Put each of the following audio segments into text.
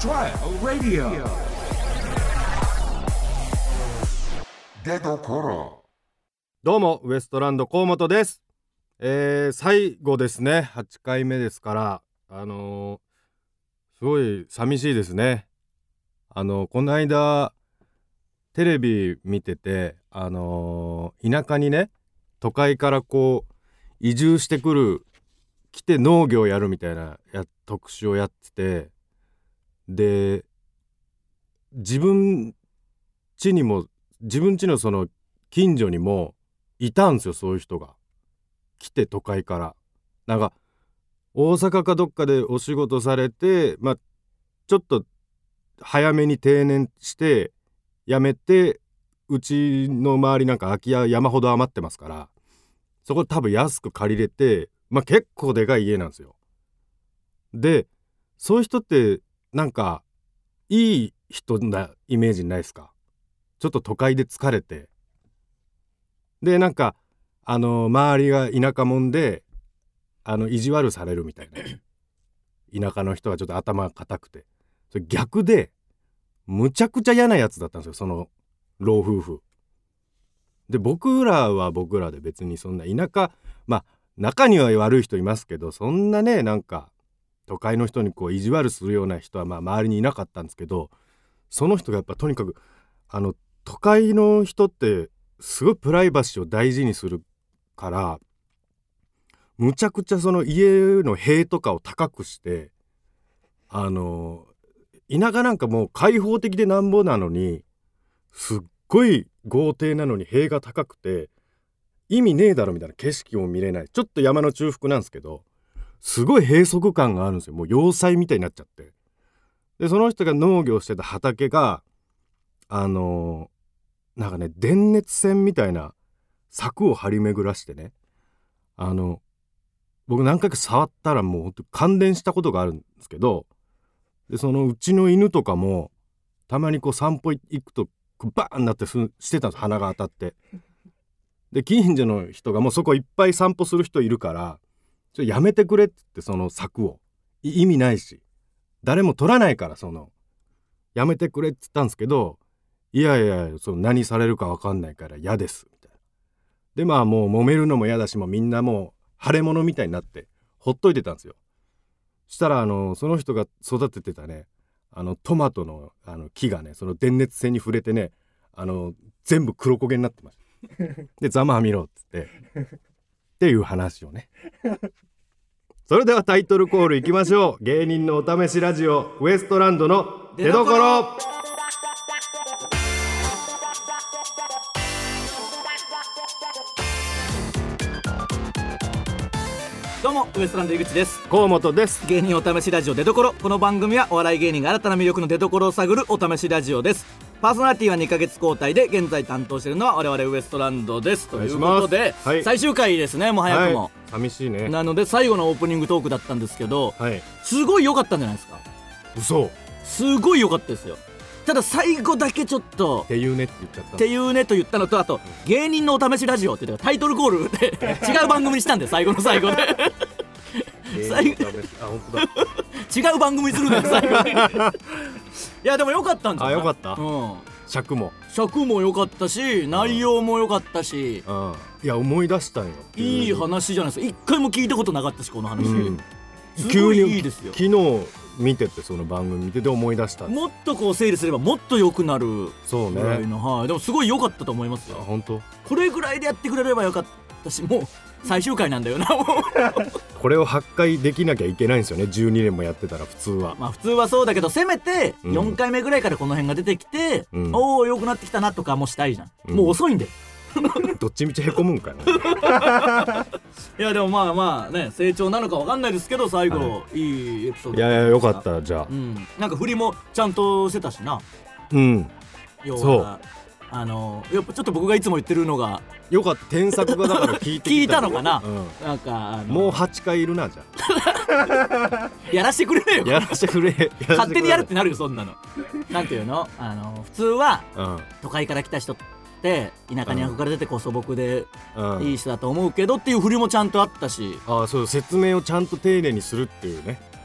Trial Radio 出どころ。 どうもウエストランド河本です。最後ですね、8回目ですから、すごい寂しいですね。この間テレビ見てて、田舎にね、都会からこう移住して来て農業やるみたいな特集をやってて、で自分家のその近所にもいたんですよ、そういう人が来て、都会からなんか大阪かどっかでお仕事されて、ちょっと早めに定年して辞めて、うちの周りなんか空き家山ほど余ってますから、そこ多分安く借りれて、結構でかい家なんですよ。でそういう人ってなんかいい人なイメージないですか？ちょっと都会で疲れて、でなんか周りが田舎者で意地悪されるみたいな田舎の人はちょっと頭が固くて、それ逆でむちゃくちゃ嫌なやつだったんですよ、その老夫婦で。僕らは僕らで別にそんな田舎、中には悪い人いますけど、そんなね、なんか都会の人にこう意地悪するような人は周りにいなかったんですけど、その人がやっぱとにかく都会の人ってすごいプライバシーを大事にするから、むちゃくちゃその家の塀とかを高くして、田舎なんかもう開放的でなんぼなのに、すっごい豪邸なのに塀が高くて意味ねえだろみたいな、景色も見れない、ちょっと山の中腹なんですけど、すごい閉塞感があるんですよ。もう要塞みたいになっちゃって。でその人が農業してた畑がなんかね、電熱線みたいな柵を張り巡らしてね、僕何回か触ったらもうほんと感電したことがあるんですけど、でそのうちの犬とかもたまにこう散歩行くとバーンなってしてたんです、鼻が当たって。で近所の人がもうそこいっぱい散歩する人いるから、ちょっとやめてくれって言って、その柵を意味ないし誰も取らないから、やめてくれって言ったんですけど、いやいや、その何されるか分かんないから嫌ですみたいな。でもう揉めるのも嫌だし、もうみんなもう腫れ物みたいになってほっといてたんですよ。したらその人が育ててたね、トマトの木がね、その電熱線に触れてね、全部黒焦げになってましたでざまあみろっつってっていう話をねそれではタイトルコールいきましょう。芸人のお試しラジオ、ウエストランドの出どころ。 どうもウエストランド井口です。 河本です。 芸人お試しラジオ出どころ。この番組はお笑い芸人が新たな魅力の出どころを探るお試しラジオです。パーソナリティは2ヶ月交代で、現在担当しているのは我々ウエストランドです。ということで、はい、最終回ですね、もう早くも、はい、 寂しいね。 なので最後のオープニングトークだったんですけど、はい、すごい良かったんじゃないですか。 嘘、 すごい良かったですよ。ただ最後だけちょっとっていうねって言っちゃった。 っていうねと言ったのと、あと、芸人のお試しラジオってタイトルコールで違う番組にしたんで、最後の最後で最後本当だ違う番組にするんだよ最後にいやでも良かったんじゃない？ 良かった、尺も良かったし、内容も良かったし、 いや思い出したんよ。 いい話じゃないですか。一回も聞いたことなかったし、この話、すごいいいですよ。 昨日見てて、その番組見てて思い出した。 もっとこう整理すればもっと良くなるそうね、 ぐらいの、はい、でもすごい良かったと思いますよ。 本当これぐらいでやってくれればよかったし、もう最終回なんだよなもうこれを8回できなきゃいけないんですよね、12年もやってたら普通は。 普通はそうだけど、せめて4回目ぐらいからこの辺が出てきて、おお良くなってきたなとかもしたいじゃん、もう遅いんでどっちみちへこむんかな。 いやでもまあね、成長なのか分かんないですけど、最後、いいエピソード。 いやよかった。じゃあ、 なんか振りもちゃんとしてたしな。要はそうやっぱちょっと僕がいつも言ってるのがよかった。添削がだから聞いて聞いたのかな、 なんかもう8回いるな。じゃあやらしてくれねえよ。 やらしてくれ勝手にやるってなるよ、そんなの。なんていうの、普通は、都会から来た人って田舎に憧れててこう素朴でいい人だと思うけどっていう振りもちゃんとあったし、 そう、説明をちゃんと丁寧にするっていうね。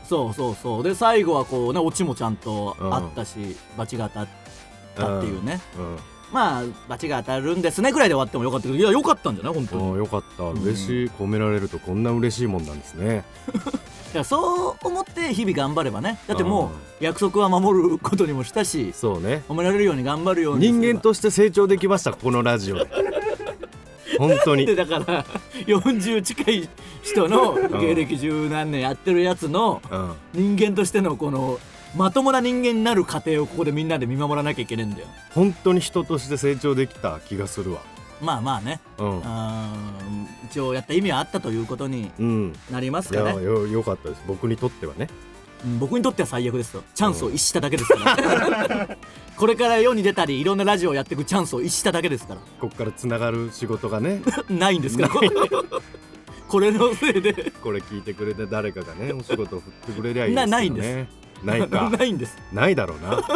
そうで最後はこうねオチもちゃんとあったし、バチが当たったっていうね、まあバチが当たるんですねぐらいで終わってもよかったけど、いやよかったんじゃない本当に。 よかった、嬉しい、褒められるとこんな嬉しいもんなんですね。 いやそう思って日々頑張ればね、だってもう約束は守ることにもしたし、 そうね、 褒められるように頑張るように人間として成長できましたこのラジオで。本当にでだから40近い人の芸歴十何年やってるやつの人間としてのこのまともな人間になる過程をここでみんなで見守らなきゃいけないんだよ。 本当に人として成長できた気がするわ。 まあね、一応やった意味はあったということになりますかね。 いやよかったです、僕にとってはね。 僕にとっては最悪ですよ。チャンスを逸しただけですからこれから世に出たりいろんなラジオをやっていくチャンスを逸しただけですから。 こっからつながる仕事がねないんですからこれのせいでこれ聞いてくれて誰かがねお仕事を振ってくれりゃいいですよね。 ないんです。 ないかないんです。 ないだろうな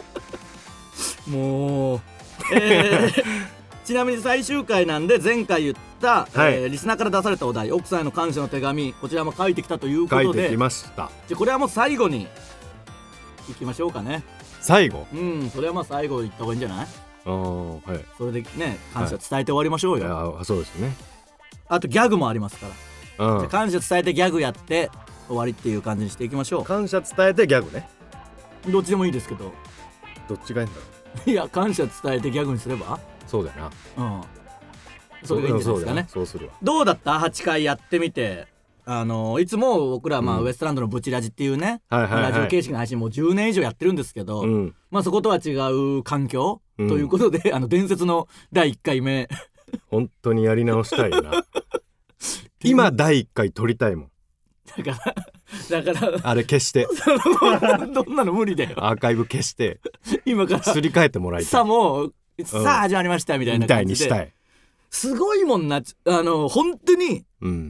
もうちなみに最終回なんで前回言った、リスナーから出されたお題、奥さんへの感謝の手紙、こちらも書いてきたということで、 書いてきました。 じゃこれはもう最後にいきましょうかね。 最後、 それはまあ最後言った方がいいんじゃない？ はい、 それでね感謝伝えて終わりましょうよ。 いやそうですね。 あとギャグもありますから、じゃ感謝伝えてギャグやって終わりっていう感じにしていきましょう。 感謝伝えてギャグね。 どっちでもいいですけど。 どっちがいいんだろう。いや感謝伝えてギャグにすればそうだよな。 それがいいんじゃないですかね。 そうするわ。 どうだった ?8 回やってみて。いつも僕らウエストランドのブチラジっていうね、ラジオ形式の配信もう10年以上やってるんですけど、まあそことは違う環境ということで、伝説の第1回目本当にやり直したいな今第1回撮りたいもん。 だからあれ消してどんなの無理だよ。 アーカイブ消して今からすり替えてもらいたい。 さあ始まりましたみたいな感じで、みたいにしたい。すごいもんな、本当に、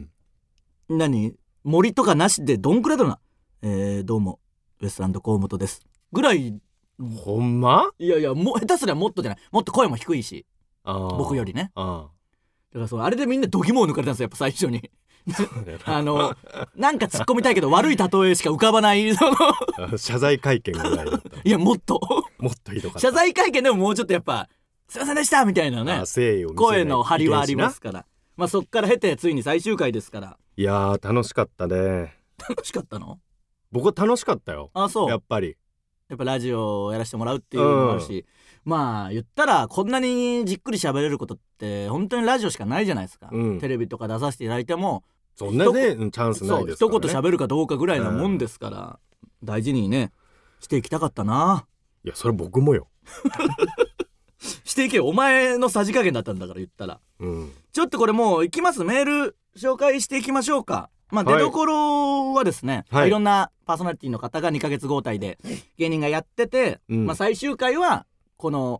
森とかなしでどんくらいだろうな、どうもウエストランド河本ですぐらい。 ほんま？ いや下手すりゃもっとじゃない、もっと声も低いし僕よりね。だからあれでみんな度肝を抜かれたんですよやっぱ最初になんか突っ込みたいけど悪い例えしか浮かばない謝罪会見ぐらいだった。 いやもっとひどかった。 謝罪会見でももうちょっとやっぱすいませんでしたみたいなね声の張りはありますから、まあそっから経てついに最終回ですから。 いやー楽しかったね。 楽しかったの？ 僕は楽しかったよ。そうやっぱラジオをやらせてもらうっていうのもあるし、まあ言ったらこんなにじっくり喋れることって本当にラジオしかないじゃないですか、テレビとか出させていただいてもそんなねチャンスないですからね。 一言喋るかどうかぐらいなもんですから、大事にねしていきたかったな。 いやそれ僕もよしていけよ、お前のさじ加減だったんだから言ったら、ちょっとこれもういきます。メール紹介していきましょうか。まあ出どころはですね、いろんなパーソナリティの方が2ヶ月交代で芸人がやってて、まあ最終回はこの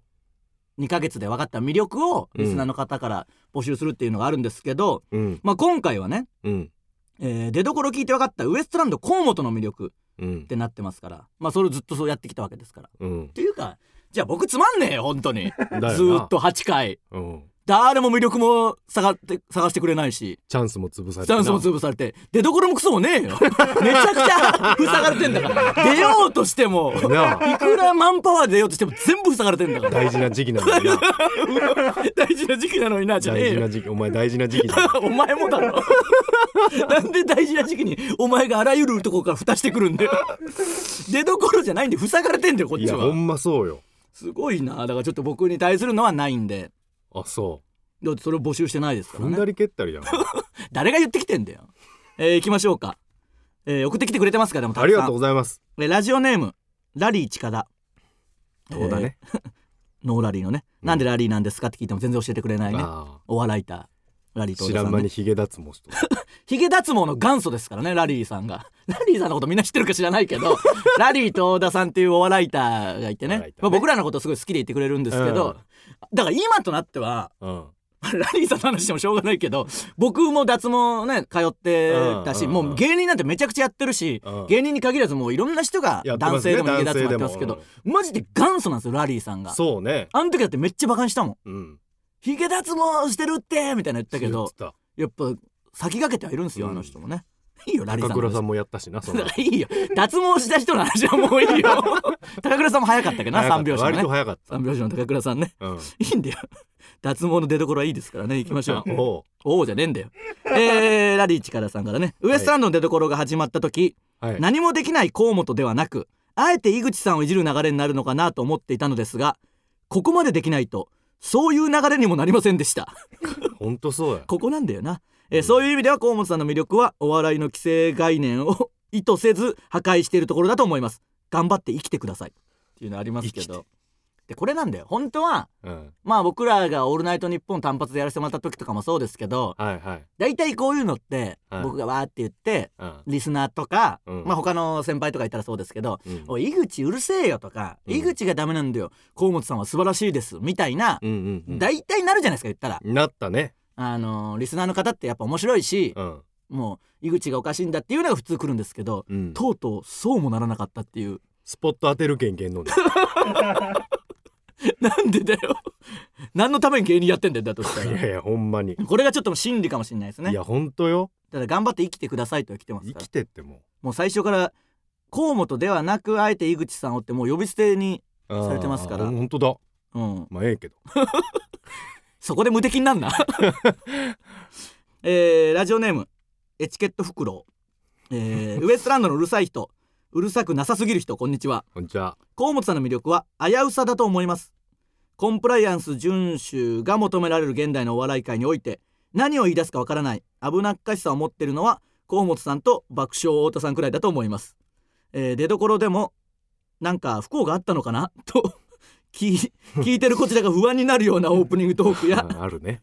2ヶ月で分かった魅力をリスナーの方から募集するっていうのがあるんですけど、まあ今回はね、出どころ聞いて分かったウエストランド河本の魅力ってなってますから、まあそれをずっとそうやってきたわけですから、っていうかじゃあ僕つまんねえよ本当にずーっと8回、誰も魅力も探してくれないし、 チャンスも潰されて出どころもクソもねえよめちゃくちゃ塞がれてんだから出ようとしてもいくらマンパワーで出ようとしても全部塞がれてんだから。 大事な時期なのにな大事な時期なのになじゃねえよ。 お前大事な時期じゃんお前もだろなんで大事な時期にお前があらゆるところから蓋してくるんだよ出どころじゃないんで塞がれてんだよこっちは。 いやほんまそうよ。 すごいな。だからちょっと僕に対するのはないんで。 そうだってそれを募集してないですからね。 踏んだり蹴ったりじゃん誰が言ってきてんだよ。行きましょうか。送ってきてくれてますから。でもたくさんありがとうございます。 ラジオネームラリー近田。 そうだね、 ノーラリーのね、なんでラリーなんですかって聞いても全然教えてくれないねお笑いターラリー東田さん、ね、知らん間にヒゲ脱毛してヒゲ脱毛の元祖ですからねラリーさんが。ラリーさんのことみんな知ってるか知らないけどラリー東田さんっていうお笑いターがいてね、まあ、僕らのことすごい好きで言ってくれるんですけど、だから今となっては、ラリーさんの話してもしょうがないけど僕も脱毛ね通ってたし、もう芸人なんてめちゃくちゃやってるし、芸人に限らずもういろんな人が男性でもヒゲ脱毛やってますけど、マジで元祖なんですよラリーさんが。 そうね。 あの時だってめっちゃバカにしたもん、ヒゲ脱毛してるってみたいな言ったけど、やっぱ先駆けてはいるんですよ、あの人もね。 いいよラリーさん高倉さんもやったしなそのだからいいよ脱毛した人の話はもういいよ高倉さんも早かったけどな3拍子の割ねと早かった 3拍子の高倉さんね、 うん、 いいんだよ脱毛の出所はいいですからね行きましょうおうじゃねえんだよラリーチカラさんからねウエストランドの出所が始まった時、はい、何もできない河本ではなくあえて井口さんをいじる流れになるのかなと思っていたのですがここまでできないとそういう流れにもなりませんでしたほんとそうやここなんだよな、そういう意味では河本さんの魅力はお笑いの既成概念を意図せず破壊しているところだと思います。頑張って生きてくださいっていうのありますけどでこれなんだよ本当は、まあ僕らがオールナイトニッポン単発でやらせてもらった時とかもそうですけど、はいはい、だいたいこういうのって、僕がわーって言って、リスナーとか、まあ他の先輩とかいたらそうですけど、おい井口うるせえよとか、井口がダメなんだよ河本さんは素晴らしいですみたいな、だいたいなるじゃないですか言ったらなったね。 リスナーの方ってやっぱ面白いし、もう井口がおかしいんだっていうのが普通来るんですけど、とうとうそうもならなかったっていうスポット当てるけんのでなんでだよ何のために芸人やってんだよだとしたらいやいやほんまにこれがちょっと真理かもしれないですね。 いやほんとよ。 だから頑張って生きてくださいとは来てますから。 生きてってもう最初から河本ではなくあえて井口さんをってもう呼び捨てにされてますから。 ほんとだ。まあええけどそこで無敵になんなラジオネームエチケットフクロウ、ウエストランドのうるさい人うるさくなさすぎる人こんにちは。 こんにちは。 河本さんの魅力は危うさだと思います。コンプライアンス遵守が求められる現代のお笑い界において何を言い出すかわからない危なっかしさを持っているのは河本さんと爆笑太田さんくらいだと思います。出どころでもなんか不幸があったのかなと聞いてるこちらが不安になるようなオープニングトークやあるね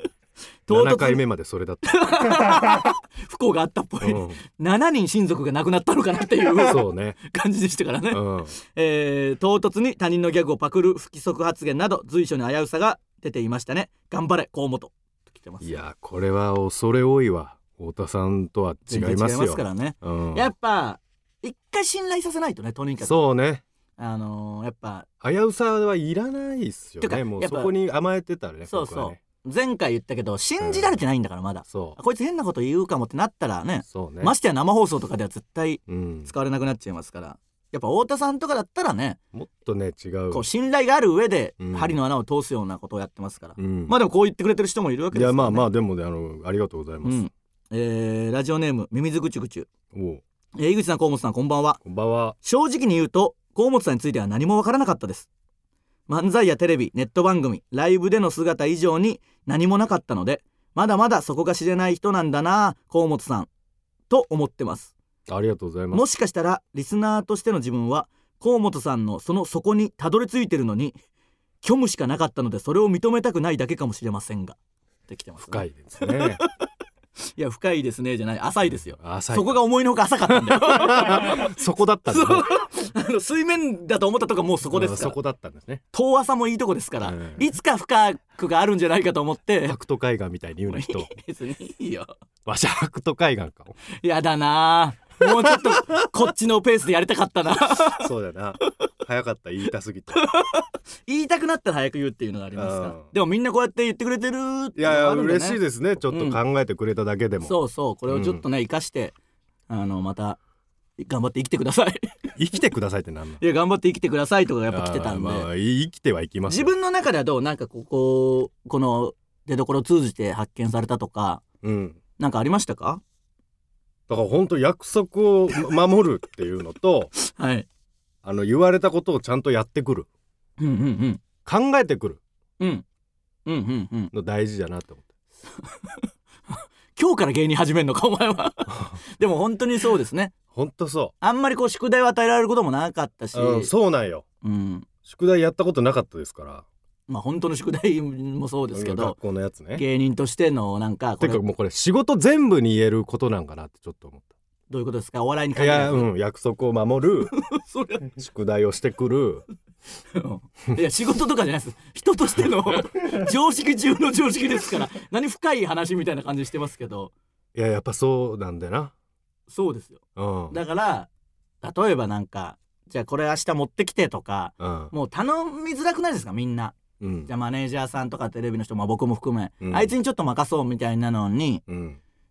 7回目までそれだった不幸があったっぽい、7人親族が亡くなったのかなっていうそうね感じでしたからね、唐突に他人のギャグをパクる不規則発言など随所に危うさが出ていましたね。頑張れ河本と来てます。 いやこれは恐れ多いわ。太田さんとは違いますよ。全然違いますからね、やっぱ一回信頼させないとねとにかくそうねやっぱ危うさはいらないっすよね。もうそこに甘えてたらね。 そうそう前回言ったけど信じられてないんだからまだ、こいつ変なこと言うかもってなったら ねましてや生放送とかでは絶対使われなくなっちゃいますから、やっぱ太田さんとかだったらねもっとね違うこう信頼がある上で針の穴を通すようなことをやってますから、まあでもこう言ってくれてる人もいるわけですからね。 いやまあでもねありがとうございます、 ラジオネームミミズぐちゅぐちゅ。井口さん河本さんこんばんは。 こんばんは。 正直に言うと河本さんについては何もわからなかったです。漫才やテレビネット番組ライブでの姿以上に何もなかったのでまだまだそこが知れない人なんだな河本さんと思ってます。 ありがとうございます。 もしかしたらリスナーとしての自分は河本さんのその底にたどり着いてるのに虚無しかなかったのでそれを認めたくないだけかもしれませんがってきてます、ね、 深いですねいや深いですねじゃない浅いですよ。 浅いそこが思いのほか浅かったんだよそこだったんだ水面だと思ったとかもうそこですから、 そこだったんですね。 遠浅もいいとこですから、いつか深くがあるんじゃないかと思って白兎海岸みたいに言うな人別にいいよ。 わしゃ白兎海岸かも。 やだなもうちょっとこっちのペースでやりたかったなそうだな早かった言いたすぎて言いたくなったら早く言うっていうのがありますから。でもみんなこうやって言ってくれてるっていうのがあるんでね。 嬉しいですねちょっと考えてくれただけでも、 そうそうこれをちょっとね生かしてまた頑張って生きてください生きてくださいってなんの。 いや頑張って生きてくださいとかやっぱ来てたんで、 生きてはいきますよ。 自分の中ではどうなんかこの出所を通じて発見されたとか、なんかありましたか。 だから本当約束を守るっていうのと、 はい、 言われたことをちゃんとやってくる、考えてくる、の大事だなと思って今日から芸人始めんのかお前はでも本当にそうですね。 本当そう。 あんまりこう宿題を与えられることもなかったし、 そうなんよ、宿題やったことなかったですから。 まあ本当の宿題もそうですけど、 学校のやつね。 芸人としてのなんかてかもうこれ仕事全部に言えることなんかなってちょっと思った。 どういうことですか。お笑いに限らず。 いや、約束を守る宿題をしてくるいや仕事とかじゃないです。人としての常識中の常識ですから。何深い話みたいな感じしてますけど。 いややっぱそうなんだよな。 そうですよ、だから例えばなんかじゃあこれ明日持ってきてとか、もう頼みづらくないですかみんな、じゃあマネージャーさんとかテレビの人も僕も含め、あいつにちょっと任そうみたいなのに、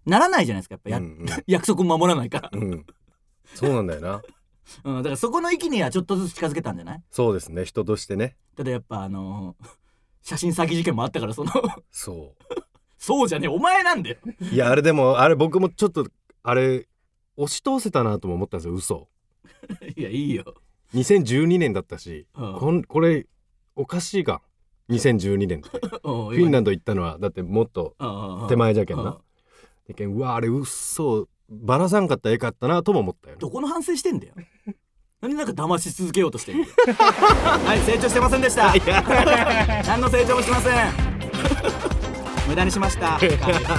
ならないじゃないですかやっぱ約束守らないから、 そうなんだよなだからそこの域にはちょっとずつ近づけたんじゃない？ そうですね、人としてね。 ただやっぱ写真詐欺事件もあったからそうじゃねえお前なんだよ。 いやあれでもあれ僕もちょっとあれ押し通せたなとも思ったんですよ、嘘。 いやいいよ。 2012年だったし、これおかしいか2012年ってフィンランド行ったのはだってもっと手前じゃけんな。うわあれ嘘ばらさんかったらええかったなとも思ったよ、ね、 どこの反省してんだよ何なんか騙し続けようとしてんだよはい、成長してませんでした何の成長もしません無駄にしました出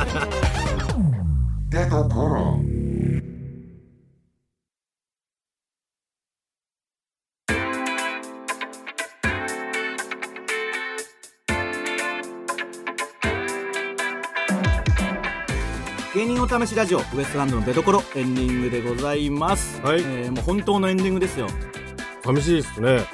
どころ。 芸人お試しラジオウエストランドの出所エンディングでございます、 はい。 もう本当のエンディングですよ。 寂しいですね。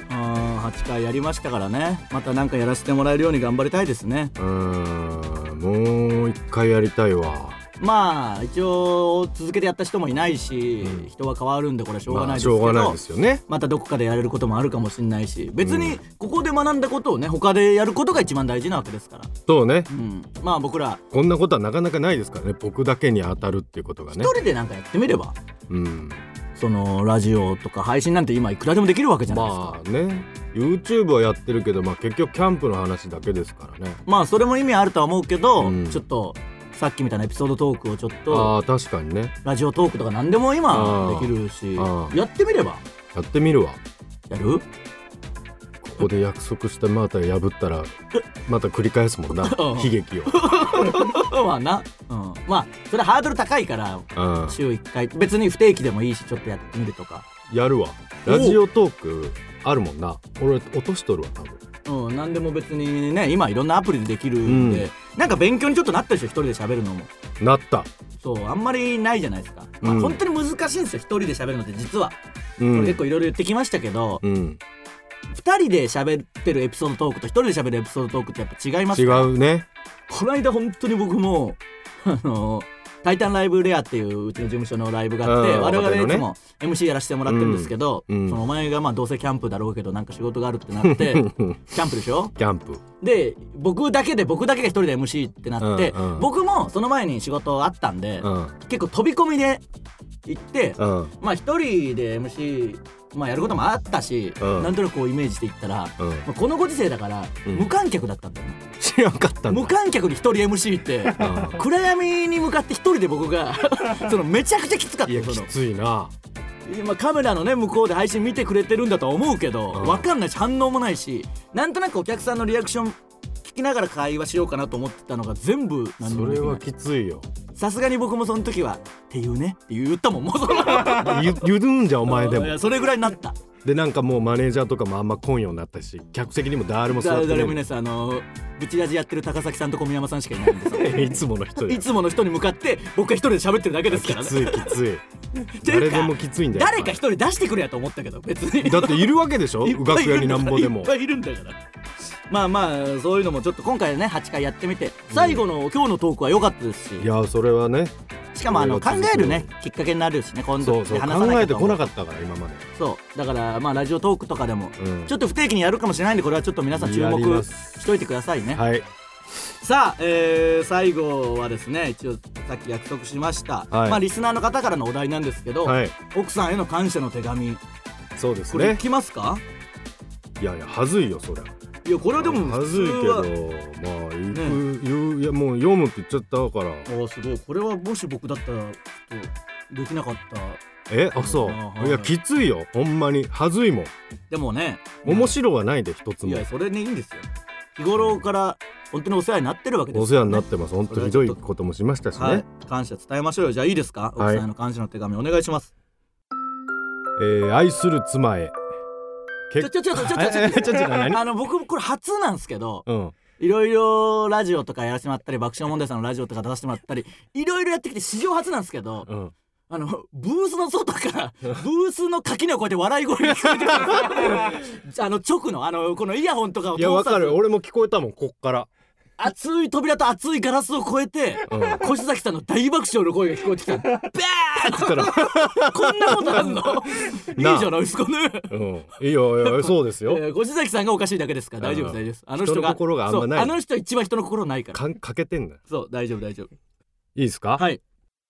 8回やりましたからね、また何かやらせてもらえるように頑張りたいですね。 もう一回やりたいわ。 まあ一応続けてやった人もいないし、人は変わるんでこれはしょうがないですけど、 しょうがないですよね。 またどこかでやれることもあるかもしれないし、別にここで学んだことをね他でやることが一番大事なわけですから。 そうね、 まあ僕らこんなことはなかなかないですからね、僕だけに当たるっていうことがね。 一人でなんかやってみれば、そのラジオとか配信なんて今いくらでもできるわけじゃないですか。 まあね、 YouTube はやってるけど、結局キャンプの話だけですからね。 まあそれも意味あるとは思うけど、ちょっとさっきみたいなエピソードトークをちょっと確かにね、 ラジオトークとか何でも今できるし、やってみれば。 やってみるわ。 やる？ ここで約束してまた破ったらまた繰り返すもんな悲劇をまあな、まあそれハードル高いから、週1回別に不定期でもいいしちょっとやってみるとか。 やるわ。ラジオトークあるもんな。俺落としとるわ多分。 何でも別にね今いろんなアプリでできるんで、なんか勉強にちょっとなったでしょ、一人で喋るのも。 なった。 そうあんまりないじゃないですか。本当に難しいんですよ一人で喋るのって実は。結構いろいろ言ってきましたけど、2人で喋ってるエピソードトークと1人で喋るエピソードトークってやっぱ違いますから。 違うね。 この間本当に僕もタイタンライブレアっていううちの事務所のライブがあって、我々いつも MC やらせてもらってるんですけど、そのお前がまあどうせキャンプだろうけどなんか仕事があるってなってキャンプでしょ。 キャンプで僕だけが一人で MC ってなって、僕もその前に仕事あったんで、結構飛び込みで行って、まあ一人で MCやることもあったし、なんとなくこうイメージしていったら、このご時世だから無観客だったんだよね。 知らんかったんだ。 無観客に一人 MC って暗闇に向かって一人で僕がめちゃくちゃきつかった。 いやきついな。 今カメラのね向こうで配信見てくれてるんだとは思うけど、分かんないし反応もないし、なんとなくお客さんのリアクション聞きながら会話しようかなと思ってたのが全部何もできない。 それはきついよ。 さすがに僕もその時はっていうねって言ったもん。もう言うんじゃんお前でも。 いやそれぐらいになった。 でなんかもうマネージャーとかもあんま来んようになったし、客席にも誰も座ってない。 誰もいないです。ブチラジやってる高崎さんと小宮山さんしかいないんですいつもの人いつもの人に向かって僕が一人で喋ってるだけですからね。 きついきつい誰でもきついんだよ。 誰か一人出してくれやと思ったけど別にだっているわけでしょ楽屋になんぼでもいっぱいいるんだから。まあそういうのもちょっと今回ね8回やってみて、最後の今日のトークは良かったですし、 いやそれはね、 しかも考えるねきっかけになるしね、今度そう考えてこなかったから今まで。 そうだからラジオトークとかでもちょっと不定期にやるかもしれないんで、これはちょっと皆さん注目しといてくださいね。 はい。 さあ、最後はですね、一応さっき約束しました、リスナーの方からのお題なんですけど、奥さんへの感謝の手紙。 そうですね。 これ来ますか？ いやはずいよそりゃ。 いやこれはでもはずいけどいやもう読むって言っちゃったから。 すごい。これはもし僕だったらちょっとできなかった。 そう、いやきついよほんまに。はずいもん。 でもね面白はないで一つも。 いやそれねいいんですよ。日頃から本当にお世話になってるわけですよね。 お世話になってます。本当にひどいこともしましたしね、 感謝伝えましょうよ。じゃあいいですか、奥さんへの感謝の手紙お願いします。 愛する妻へ。 僕これ初なんですけど、いろいろラジオとかやらせてもらったり、爆笑問題さんのラジオとか出させてもらったりいろいろやってきて史上初なんですけど、ブースの外からブースの垣根をこうやって笑い声が聞こえてくる直のこのイヤホンとかを通さず。 いやわかる、俺も聞こえたもんこっから。 熱い扉と熱いガラスを越えて、越崎さんの大爆笑の声が聞こえてきた。バーッこんなことあんのいいじゃないですかね。 いいよそうですよ。 越崎さんがおかしいだけですから大丈夫です。あの人が人の心があんまない。 あの人一番人の心ないからかけてんだよ。 そう大丈夫。いいですか？ はい。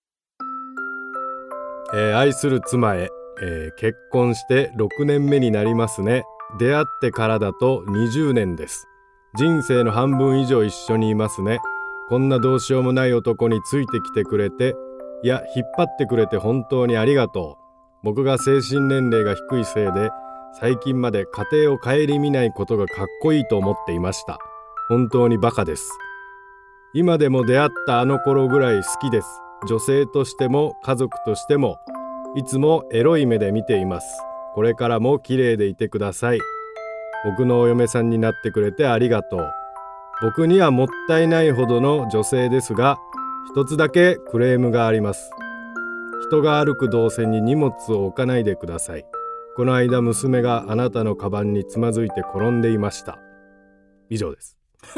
愛する妻へ、結婚して6年目になりますね。出会ってからだと20年です。人生の半分以上一緒にいますね。こんなどうしようもない男についてきてくれて、いや引っ張ってくれて本当にありがとう。僕が精神年齢が低いせいで最近まで家庭を顧みないことがかっこいいと思っていました。本当にバカです。今でも出会ったあの頃ぐらい好きです。女性としても家族としてもいつもエロい目で見ています。これからも綺麗でいてください。僕のお嫁さんになってくれてありがとう。僕にはもったいないほどの女性ですが、一つだけクレームがあります。人が歩く動線に荷物を置かないでください。この間娘があなたのカバンにつまずいて転んでいました。以上です。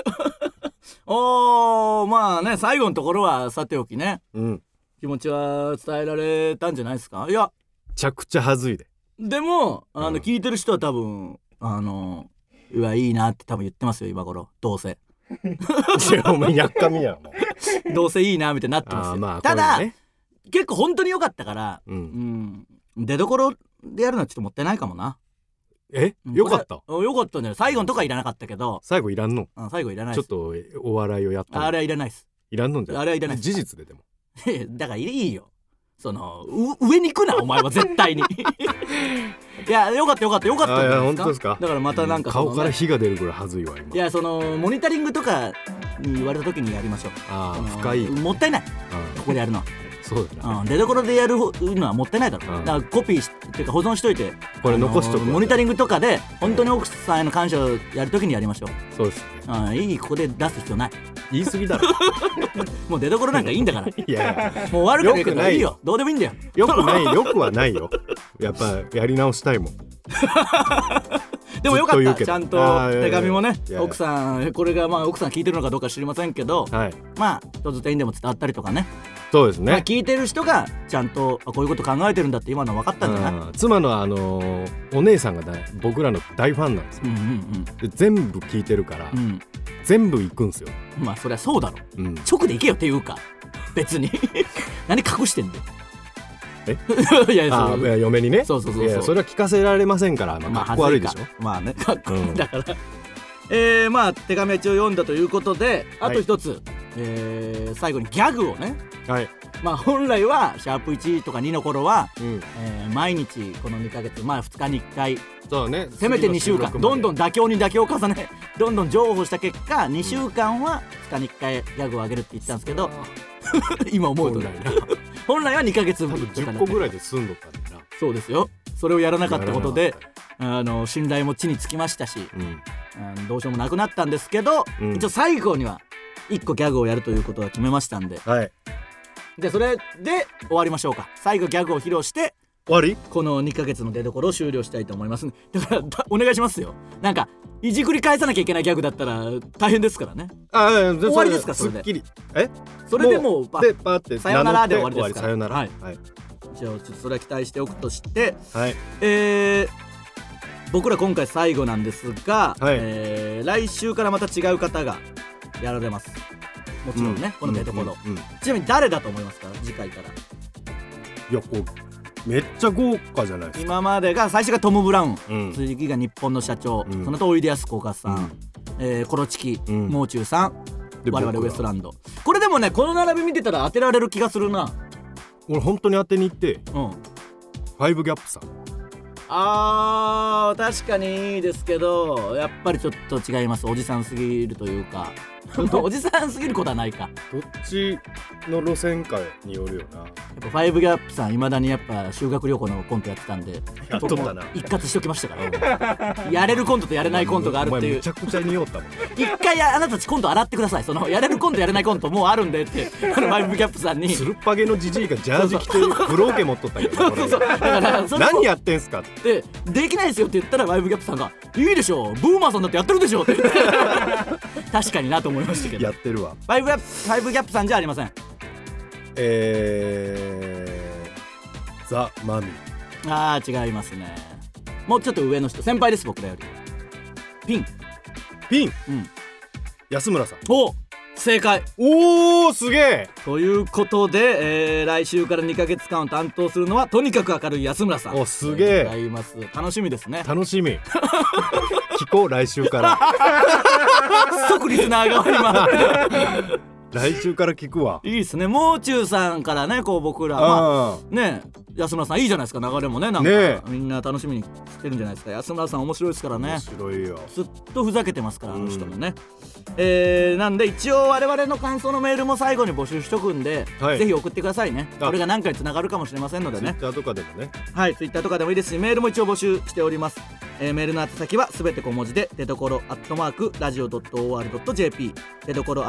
まあね、最後のところはさておきね、気持ちは伝えられたんじゃないですか。いや、 めちゃくちゃはずいで。 でも聞いてる人は多分うわいいなって多分言ってますよ今頃。どうせいやお前やっかみやもうどうせいいなみたいになってますよ。 まあ、 ただ、 ね、 結構本当に良かったから、出どころでやるのはちょっともったいないかもな。 よかった。 よかったんだよ。最後のとかいらなかったけど。 最後いらんの？ 最後いらないです。ちょっとお笑いをやった。 あれはいらないです。 いらんのんじゃ。 あれはいらないです。 事実ででも。 だからいいよ。上に行くなお前は絶対に。いやよかったんじゃないですか。 いや本当ですか。 だからまたなんか、 顔から火が出るぐらいはずいわ今。 いやモニタリングとかに言われた時にやりましょう。 深い。もったいない。ここでやるのは。 そうだね。 出どころでやるのはもったいないだろ。だからコピーっていうか保存しといて、 これ残しとく。 モニタリングとかで本当に奥さんへの感謝をやるときにやりましょう。 そうですね。 いい、ここで出す必要ない。 言い過ぎだろ。 もう出どころなんかいいんだから。 いやもう悪くないけどいいよ。どうでもいいんだよ。 よくはないよ。やっぱやり直したいもん。 でもよかった。ちゃんと手紙もね、奥さん、これが奥さん聞いてるのかどうか知りませんけど、まあ一つ点でも伝わったりとかね。 そうですね。 聞いてる人がちゃんとこういうこと考えてるんだって今の分かったんじゃない？ 妻のお姉さんが僕らの大ファンなんですよ。で全部聞いてるから、全部行くんすよ。 まあそりゃそうだろ。直で行けよっていうか、別に何隠してんだよ。いや嫁にね。 そう。 いやそれは聞かせられませんから、かっこ悪いでしょ。 まあね、かっこいいだから。まあ手紙は一応読んだということで、あと一つ、最後にギャグをね。まあ本来はシャープ1とか2の頃は、毎日この2ヶ月、2日に1回、 そうね、 せめて2週間どんどん妥協に妥協を重ね、どんどん譲歩した結果2週間は2日に1回ギャグをあげるって言ったんですけど、今思うと本来は2ヶ月分 10個ぐらいで済んどったんだな。 そうですよ。それをやらなかったことで信頼も地につきましたし、どうしようもなくなったんですけど、一応最後には1個ギャグをやるということは決めましたんで、でそれで終わりましょうか。最後ギャグを披露して終わり？ この2ヶ月の出所を終了したいと思います。だからお願いしますよ。なんかいじくり返さなきゃいけないギャグだったら大変ですからね。終わりですか？それで。 すっきり。 それでもうパーってさよならで終わりですから。 さよなら。はい。 じゃあちょっとそれは期待しておくとして、 はい。 僕ら今回最後なんですが、来週からまた違う方がやられます。もちろんね、この出所。ちなみに誰だと思いますか？次回から。 いやこうめっちゃ豪華じゃないですか。 今までが最初がトム・ブラウン、次が日本の社長、その後おいでやすこがさん、コロチキ、もう中さん、我々ウエストランド。これでもね、この並び見てたら当てられる気がするな。 俺本当に当てに行って、ファイブギャップさん。 確かにいいですけど、やっぱりちょっと違います。おじさんすぎるというかおじさんすぎることはないか。 どっちの路線かによるよな。やっぱファイブギャップさんいまだにやっぱ修学旅行のコントやってたんで、 やっとったな。 一括しときましたからやれるコントとやれないコントがあるっていう。 めちゃくちゃにおったもん一回あなたたちコント洗ってください。そのやれるコントやれないコントもうあるんでってファイブギャップさんに。 つるっぱげのジジイがジャージ着てブローケ持っとったけどだから何やってんすかってできないですよって言ったらファイブギャップさんがいいでしょ、ブーマーさんだってやってるでしょって言って確かになと思い思いましたけど。 やってるわ。 ファイブギャップさんじゃありません。 ザ・マミ。 あー違いますね。もうちょっと上の人、先輩です、僕らより。ピン。うん。 安村さん。 お、正解。 おー、すげえ。 ということで、来週から2ヶ月間を担当するのはとにかく明るい安村さん。 お、すげえ。 ございます。楽しみですね。 楽しみ。聞こう、来週から即リスナー側に回って来週から聞くわ。 いいですね。もう中さんからね、こう僕ら、まあね、安村さんいいじゃないですか、流れもね、なんか、みんな楽しみにしてるんじゃないですか。安村さん面白いですからね。 面白いよ。 ずっとふざけてますから、あの人もね。なんで一応我々の感想のメールも最後に募集しとくんで、ぜひ送ってくださいね。これが何かにつながるかもしれませんのでね。 Twitter とかでもね。 はい、 Twitter とかでもいいですし、メールも一応募集しております。メールの宛先はすべて小文字で、出所@radio.or.jp、出所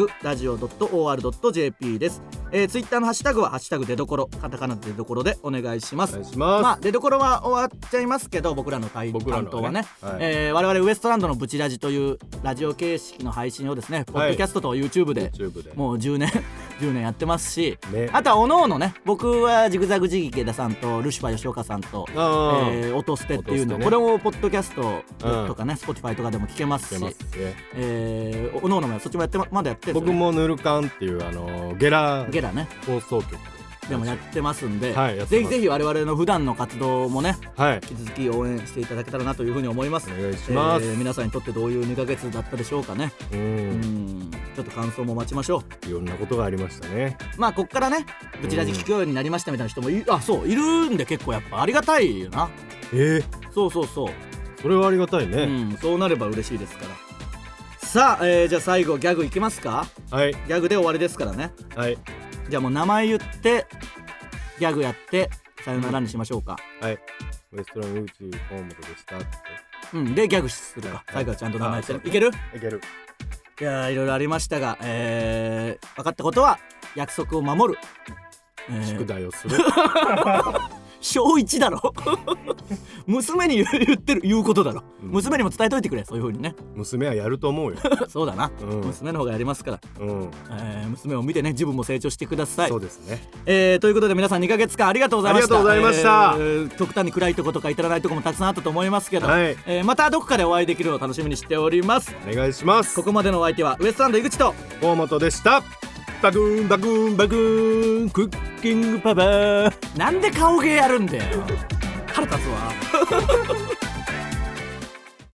@radio.or.jp です。Twitter のハッシュタグはハッシュタグ出所、カタカナで出所でお願いします。まあ出所は終わっちゃいますけど、僕らの担当はね、我々ウエストランドのブチラジというラジオ形式の配信をですね、ポッドキャストと YouTube でもう10年やってますし、あとはおのおのね、僕はジグザグジギケダさんとルシファー吉岡さんと音捨てっていうの、これもポッドキャストとかね、Spotify とかでも聞けますし、おのおのもそっちもまだやってるんですよね。 僕もヌルカンっていうゲラね、 放送局でもやってますんで、ぜひぜひ我々の普段の活動もね、引き続き応援していただけたらなというふうに思います。 お願いします。 皆さんにとってどういう2ヶ月だったでしょうかね。ちょっと感想も待ちましょう。いろんなことがありましたね。 まあこっからね、ブチラジ聞くようになりましたみたいな人もいるんで、結構やっぱありがたいよな。そうそれはありがたいね。 そうなれば嬉しいですから。さあ、じゃあ最後ギャグいきますか。ギャグで終わりですからね。じゃあもう名前言ってギャグやってさよならにしましょうか。 ウエストランド宇宙河本でしたって。 でギャグするか。最後はちゃんと名前言って。いける？ いける。 いやいろいろありましたが、分かったことは約束を守る、 宿題をする小1だろ娘に言うことだろ、娘にも伝えといてくれ、そういう風にね。 娘はやると思うよそうだな、娘の方がやりますから、娘を見てね、自分も成長してください。 そうですね。 ということで皆さん2ヶ月間ありがとうございました。 ありがとうございました。 極端に暗いとことか至らないとこもたくさんあったと思いますけど、またどこかでお会いできるのを楽しみにしております。 お願いします。 ここまでのお相手はウエストランド井口と河本でした。バクーンバクーンバクーンクッキングパパー。 なんで顔芸やるんだよ、腹立つわ